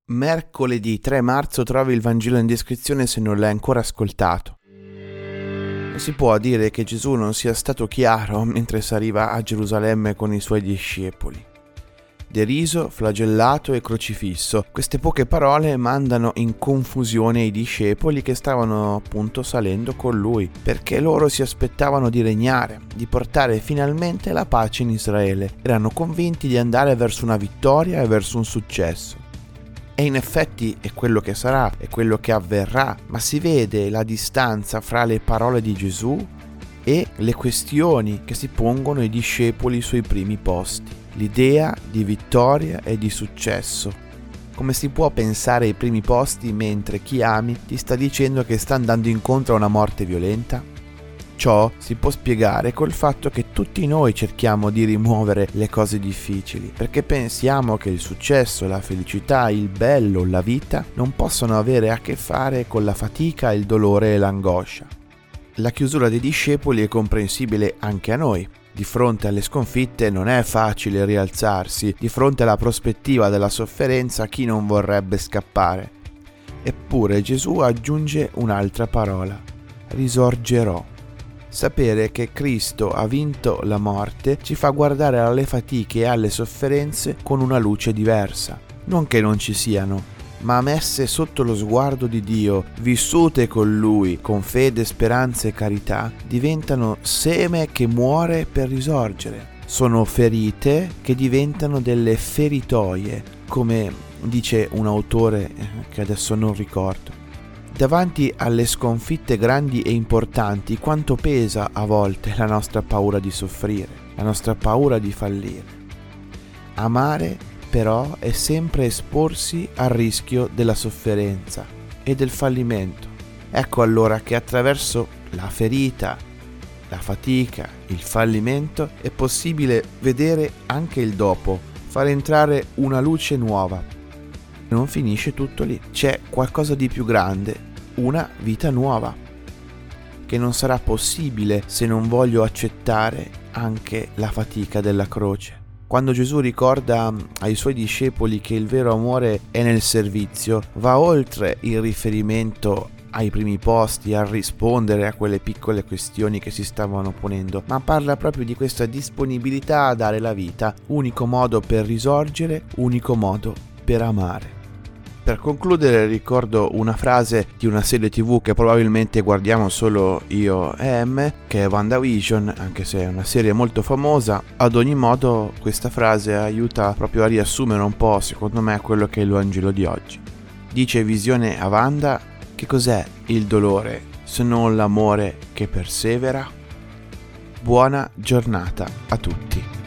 Mercoledì 3 marzo trovi il Vangelo in descrizione se non l'hai ancora ascoltato. Si può dire che Gesù non sia stato chiaro mentre saliva a Gerusalemme con i suoi discepoli. Deriso, flagellato e crocifisso. Queste poche parole mandano in confusione i discepoli che stavano appunto salendo con lui, perché loro si aspettavano di regnare, di portare finalmente la pace in Israele. Erano convinti di andare verso una vittoria e verso un successo. E in effetti è quello che sarà, è quello che avverrà, ma si vede la distanza fra le parole di Gesù e le questioni che si pongono i discepoli sui primi posti. L'idea di vittoria e di successo. Come si può pensare ai primi posti mentre chi ami ti sta dicendo che sta andando incontro a una morte violenta? Ciò si può spiegare col fatto che tutti noi cerchiamo di rimuovere le cose difficili, perché pensiamo che il successo, la felicità, il bello, la vita non possono avere a che fare con la fatica, il dolore e l'angoscia. La chiusura dei discepoli è comprensibile anche a noi. Di fronte alle sconfitte non è facile rialzarsi, di fronte alla prospettiva della sofferenza chi non vorrebbe scappare. Eppure Gesù aggiunge un'altra parola: risorgerò. Sapere che Cristo ha vinto la morte ci fa guardare alle fatiche e alle sofferenze con una luce diversa. Non che non ci siano, ma messe sotto lo sguardo di Dio, vissute con Lui, con fede, speranza e carità, diventano seme che muore per risorgere. Sono ferite che diventano delle feritoie, come dice un autore che adesso non ricordo. Davanti alle sconfitte grandi e importanti, quanto pesa a volte la nostra paura di soffrire, la nostra paura di fallire. Amare, però, è sempre esporsi al rischio della sofferenza e del fallimento. Ecco allora che attraverso la ferita, la fatica, il fallimento è possibile vedere anche il dopo, far entrare una luce nuova. Non finisce tutto lì, c'è qualcosa di più grande, una vita nuova, che non sarà possibile se non voglio accettare anche la fatica della croce. Quando Gesù ricorda ai suoi discepoli che il vero amore è nel servizio, va oltre il riferimento ai primi posti, a rispondere a quelle piccole questioni che si stavano ponendo, ma parla proprio di questa disponibilità a dare la vita, unico modo per risorgere, unico modo per amare. Per concludere ricordo una frase di una serie TV che probabilmente guardiamo solo io e M, che è WandaVision, anche se è una serie molto famosa. Ad ogni modo questa frase aiuta proprio a riassumere un po', secondo me, quello che è il Vangelo di oggi. Dice Visione a Wanda: che cos'è il dolore se non l'amore che persevera? Buona giornata a tutti.